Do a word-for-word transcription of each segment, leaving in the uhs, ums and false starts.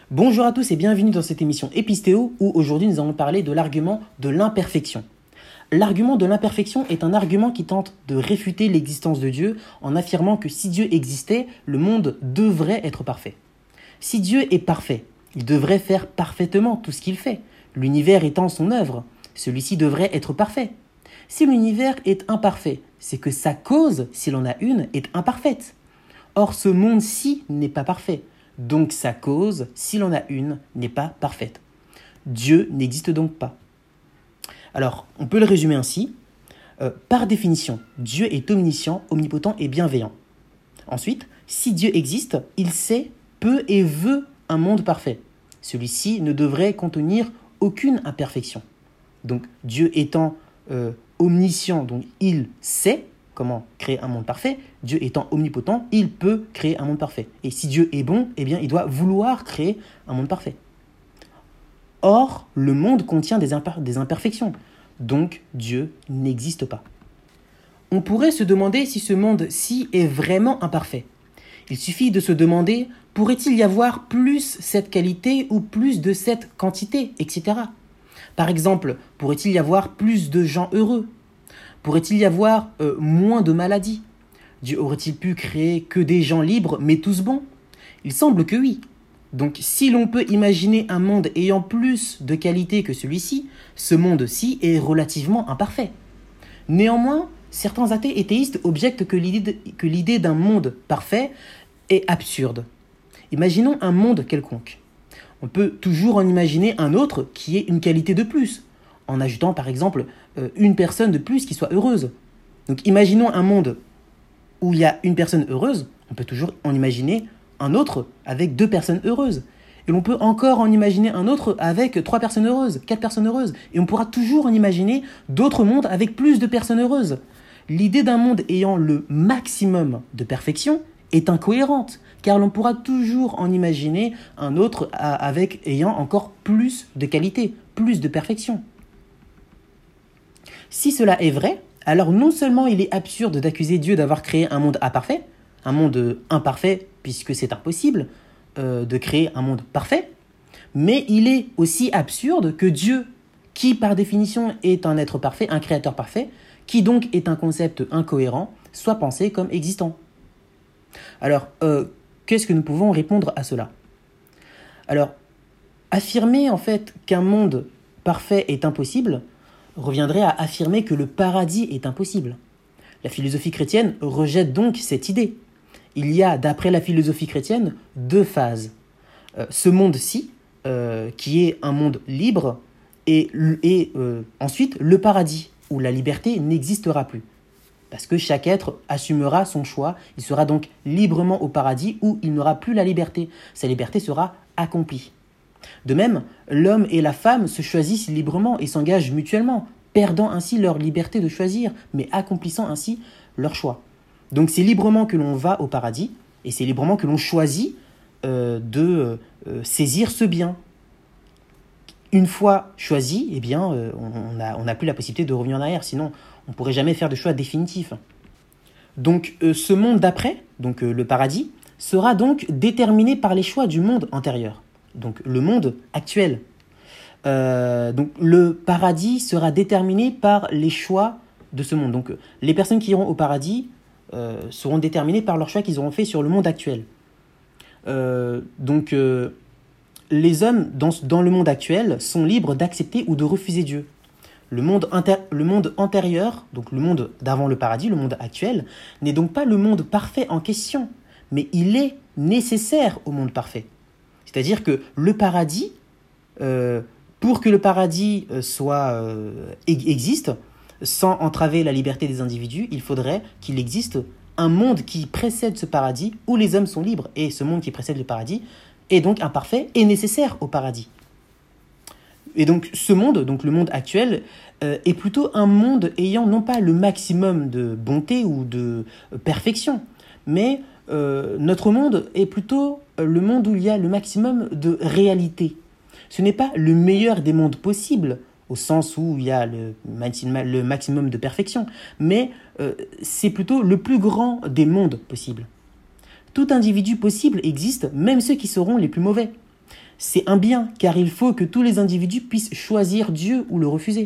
Bonjour à tous et bienvenue dans cette émission Épistéo où aujourd'hui nous allons parler de l'argument de l'imperfection. L'argument de l'imperfection est un argument qui tente de réfuter l'existence de Dieu en affirmant que si Dieu existait, le monde devrait être parfait. Si Dieu est parfait, il devrait faire parfaitement tout ce qu'il fait. L'univers étant son œuvre, celui-ci devrait être parfait. Si l'univers est imparfait, c'est que sa cause, s'il en a une, est imparfaite. Or ce monde-ci n'est pas parfait. Donc sa cause, s'il en a une, n'est pas parfaite. Dieu n'existe donc pas. Alors, on peut le résumer ainsi. Euh, par définition, Dieu est omniscient, omnipotent et bienveillant. Ensuite, si Dieu existe, il sait, peut et veut un monde parfait. Celui-ci ne devrait contenir aucune imperfection. Donc Dieu étant euh, omniscient, donc il sait comment créer un monde parfait. Dieu étant omnipotent, il peut créer un monde parfait. Et si Dieu est bon, eh bien, il doit vouloir créer un monde parfait. Or, le monde contient des, imper- des imperfections. Donc, Dieu n'existe pas. On pourrait se demander si ce monde-ci est vraiment imparfait. Il suffit de se demander, pourrait-il y avoir plus cette qualité ou plus de cette quantité, et cetera. Par exemple, pourrait-il y avoir plus de gens heureux ? Pourrait-il y avoir euh, moins de maladies ? Dieu aurait-il pu créer que des gens libres, mais tous bons ? Il semble que oui. Donc, si l'on peut imaginer un monde ayant plus de qualité que celui-ci, ce monde-ci est relativement imparfait. Néanmoins, certains athées et théistes objectent que l'idée, de, que l'idée d'un monde parfait est absurde. Imaginons un monde quelconque. On peut toujours en imaginer un autre qui ait une qualité de plus, en ajoutant par exemple euh, une personne de plus qui soit heureuse. Donc imaginons un monde où il y a une personne heureuse, on peut toujours en imaginer un autre avec deux personnes heureuses. Et l'on peut encore en imaginer un autre avec trois personnes heureuses, quatre personnes heureuses. Et on pourra toujours en imaginer d'autres mondes avec plus de personnes heureuses. L'idée d'un monde ayant le maximum de perfection est incohérente, car l'on pourra toujours en imaginer un autre avec ayant encore plus de qualité, plus de perfection. Si cela est vrai, alors non seulement il est absurde d'accuser Dieu d'avoir créé un monde imparfait, un monde imparfait puisque c'est impossible euh, de créer un monde parfait, mais il est aussi absurde que Dieu, qui par définition est un être parfait, un créateur parfait, qui donc est un concept incohérent, soit pensé comme existant. Alors, euh, qu'est-ce que nous pouvons répondre à cela ? Alors, affirmer en fait qu'un monde parfait est impossible reviendrait à affirmer que le paradis est impossible. La philosophie chrétienne rejette donc cette idée. Il y a, d'après la philosophie chrétienne, deux phases. Euh, ce monde-ci, euh, qui est un monde libre, et, et euh, ensuite le paradis, où la liberté n'existera plus. Parce que chaque être assumera son choix, il sera donc librement au paradis où il n'aura plus la liberté. Sa liberté sera accomplie. De même, l'homme et la femme se choisissent librement et s'engagent mutuellement, perdant ainsi leur liberté de choisir, mais accomplissant ainsi leur choix. Donc c'est librement que l'on va au paradis, et c'est librement que l'on choisit euh, de euh, saisir ce bien. Une fois choisi, eh bien, euh, on n'a on n'a plus la possibilité de revenir en arrière, sinon on ne pourrait jamais faire de choix définitif. Donc euh, ce monde d'après, donc euh, le paradis, sera donc déterminé par les choix du monde antérieur, donc le monde actuel. Euh, donc le paradis sera déterminé par les choix de ce monde. Donc les personnes qui iront au paradis euh, seront déterminées par leurs choix qu'ils auront fait sur le monde actuel. Euh, donc euh, les hommes dans, dans le monde actuel sont libres d'accepter ou de refuser Dieu. Le monde, inter, le monde antérieur, donc le monde d'avant le paradis, le monde actuel, n'est donc pas le monde parfait en question, mais il est nécessaire au monde parfait. C'est-à-dire que le paradis, euh, pour que le paradis soit, euh, existe, sans entraver la liberté des individus, il faudrait qu'il existe un monde qui précède ce paradis, où les hommes sont libres. Et ce monde qui précède le paradis est donc imparfait et nécessaire au paradis. Et donc ce monde, donc le monde actuel, euh, est plutôt un monde ayant non pas le maximum de bonté ou de perfection, mais euh, notre monde est plutôt le monde où il y a le maximum de réalité. Ce n'est pas le meilleur des mondes possibles, au sens où il y a le, le maximum de perfection, mais euh, c'est plutôt le plus grand des mondes possibles. Tout individu possible existe, même ceux qui seront les plus mauvais. C'est un bien, car il faut que tous les individus puissent choisir Dieu ou le refuser.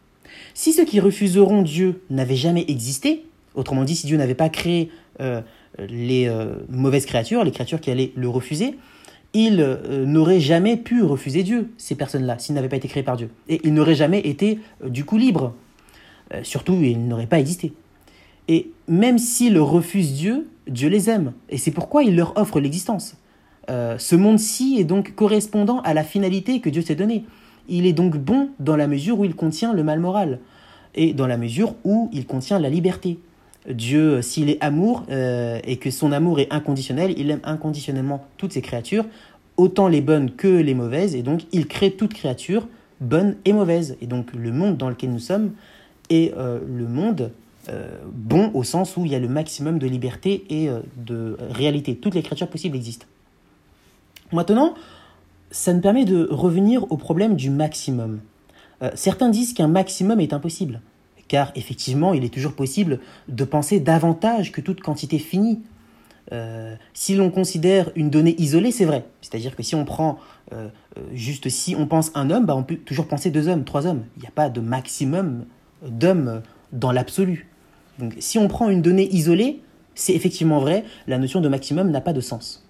Si ceux qui refuseront Dieu n'avaient jamais existé, autrement dit, si Dieu n'avait pas créé euh, les euh, mauvaises créatures, les créatures qui allaient le refuser, ils euh, n'auraient jamais pu refuser Dieu, ces personnes-là, s'ils n'avaient pas été créés par Dieu. Et ils n'auraient jamais été, euh, du coup, libres. Euh, surtout, ils n'auraient pas existé. Et même s'ils refusent Dieu, Dieu les aime. Et c'est pourquoi il leur offre l'existence. Euh, ce monde-ci est donc correspondant à la finalité que Dieu s'est donnée. Il est donc bon dans la mesure où il contient le mal moral et dans la mesure où il contient la liberté. Dieu, s'il est amour euh, et que son amour est inconditionnel, il aime inconditionnellement toutes ses créatures, autant les bonnes que les mauvaises, et donc il crée toute créature bonne et mauvaise. Et donc le monde dans lequel nous sommes est euh, le monde euh, bon au sens où il y a le maximum de liberté et euh, de réalité. Toutes les créatures possibles existent. Maintenant, ça me permet de revenir au problème du maximum. Euh, certains disent qu'un maximum est impossible, car effectivement, il est toujours possible de penser davantage que toute quantité finie. Euh, si l'on considère une donnée isolée, c'est vrai. C'est-à-dire que si on prend euh, juste si on pense un homme, bah on peut toujours penser deux hommes, trois hommes. Il n'y a pas de maximum d'hommes dans l'absolu. Donc si on prend une donnée isolée, c'est effectivement vrai, la notion de maximum n'a pas de sens.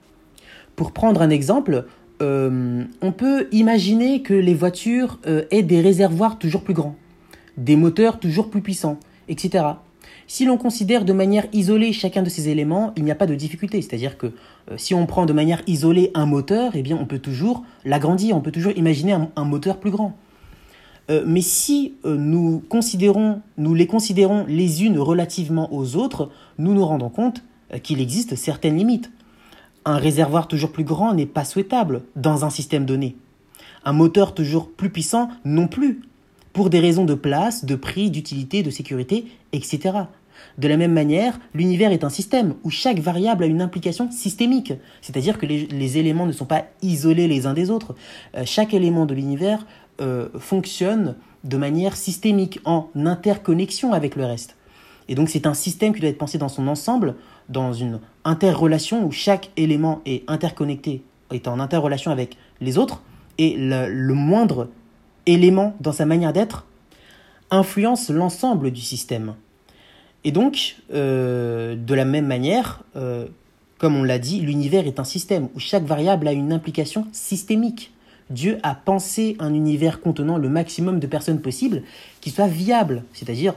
Pour prendre un exemple, euh, on peut imaginer que les voitures euh, aient des réservoirs toujours plus grands, des moteurs toujours plus puissants, et cetera. Si l'on considère de manière isolée chacun de ces éléments, il n'y a pas de difficulté. C'est-à-dire que euh, si on prend de manière isolée un moteur, eh bien on peut toujours l'agrandir, on peut toujours imaginer un, un moteur plus grand. Euh, mais si euh, nous, considérons, nous les considérons les unes relativement aux autres, nous nous rendons compte euh, qu'il existe certaines limites. Un réservoir toujours plus grand n'est pas souhaitable dans un système donné. Un moteur toujours plus puissant non plus, pour des raisons de place, de prix, d'utilité, de sécurité, et cetera. De la même manière, l'univers est un système où chaque variable a une implication systémique, c'est-à-dire que les, les éléments ne sont pas isolés les uns des autres. Euh, chaque élément de l'univers euh, fonctionne de manière systémique, en interconnexion avec le reste. Et donc c'est un système qui doit être pensé dans son ensemble, dans une interrelation où chaque élément est interconnecté, est en interrelation avec les autres, et le, le moindre élément dans sa manière d'être influence l'ensemble du système. Et donc, euh, de la même manière, euh, comme on l'a dit, l'univers est un système où chaque variable a une implication systémique. Dieu a pensé un univers contenant le maximum de personnes possibles qui soit viable, c'est-à-dire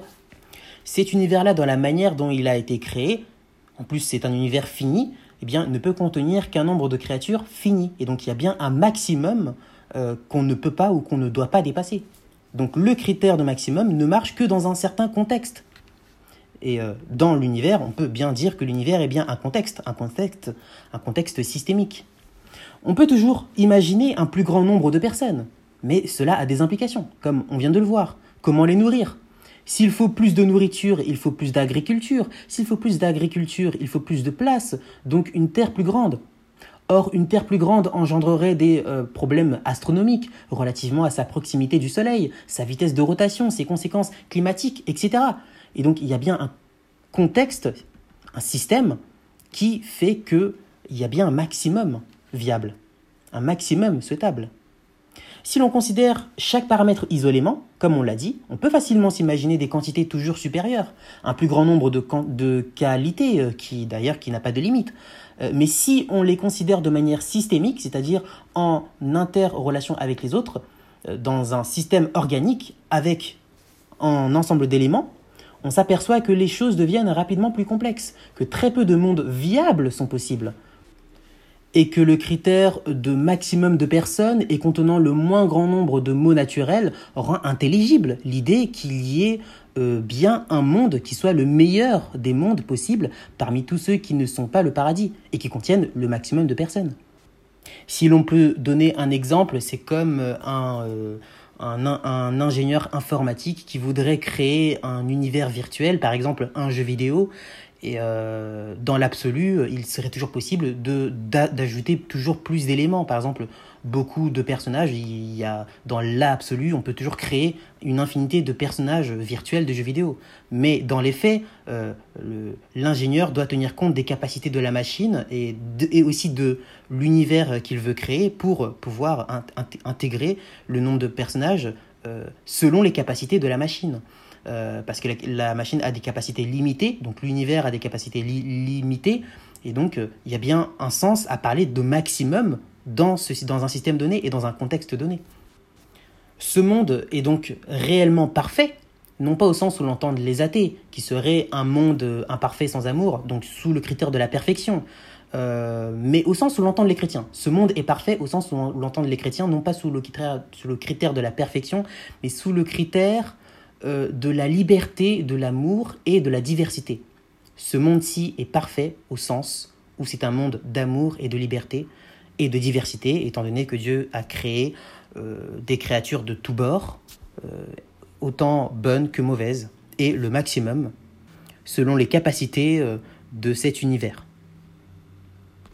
cet univers-là, dans la manière dont il a été créé, en plus c'est un univers fini, eh bien, ne peut contenir qu'un nombre de créatures fini. Et donc il y a bien un maximum euh, qu'on ne peut pas ou qu'on ne doit pas dépasser. Donc le critère de maximum ne marche que dans un certain contexte. Et euh, dans l'univers, on peut bien dire que l'univers est bien un contexte, un contexte, un contexte systémique. On peut toujours imaginer un plus grand nombre de personnes, mais cela a des implications, comme on vient de le voir. Comment les nourrir ? S'il faut plus de nourriture, il faut plus d'agriculture. S'il faut plus d'agriculture, il faut plus de place, donc une terre plus grande. Or, une terre plus grande engendrerait des euh, problèmes astronomiques relativement à sa proximité du Soleil, sa vitesse de rotation, ses conséquences climatiques, et cetera. Et donc, il y a bien un contexte, un système qui fait qu'il y a bien un maximum viable, un maximum souhaitable. Si l'on considère chaque paramètre isolément, comme on l'a dit, on peut facilement s'imaginer des quantités toujours supérieures, un plus grand nombre de, de qualités, euh, qui d'ailleurs qui n'a pas de limite. Euh, mais si on les considère de manière systémique, c'est-à-dire en interrelation avec les autres, euh, dans un système organique avec un ensemble d'éléments, on s'aperçoit que les choses deviennent rapidement plus complexes, que très peu de mondes viables sont possibles, et que le critère de maximum de personnes et contenant le moins grand nombre de mots naturels rend intelligible l'idée qu'il y ait euh, bien un monde qui soit le meilleur des mondes possibles parmi tous ceux qui ne sont pas le paradis et qui contiennent le maximum de personnes. Si l'on peut donner un exemple, c'est comme un... Euh, Un, un ingénieur informatique qui voudrait créer un univers virtuel, par exemple un jeu vidéo, Et euh, dans l'absolu, il serait toujours possible de, d'a- d'ajouter toujours plus d'éléments. Par exemple, beaucoup de personnages, il y a, dans l'absolu, on peut toujours créer une infinité de personnages virtuels de jeux vidéo. Mais dans les faits, euh, le- l'ingénieur doit tenir compte des capacités de la machine et, de- et aussi de l'univers qu'il veut créer pour pouvoir in- int- intégrer le nombre de personnages euh, selon les capacités de la machine. Euh, parce que la, la machine a des capacités limitées, donc l'univers a des capacités li- limitées, et donc euh, il y a bien un sens à parler de maximum dans, ce, dans un système donné et dans un contexte donné. Ce monde est donc réellement parfait, non pas au sens où l'entendent les athées, qui serait un monde euh, imparfait sans amour, donc sous le critère de la perfection, euh, mais au sens où l'entendent les chrétiens. Ce monde est parfait au sens où l'entendent les chrétiens, non pas sous le critère, sous le critère de la perfection, mais sous le critère euh, de la liberté, de l'amour et de la diversité. Ce monde-ci est parfait au sens où c'est un monde d'amour et de liberté et de diversité, étant donné que Dieu a créé euh, des créatures de tous bords, euh, autant bonnes que mauvaises, et le maximum selon les capacités euh, de cet univers.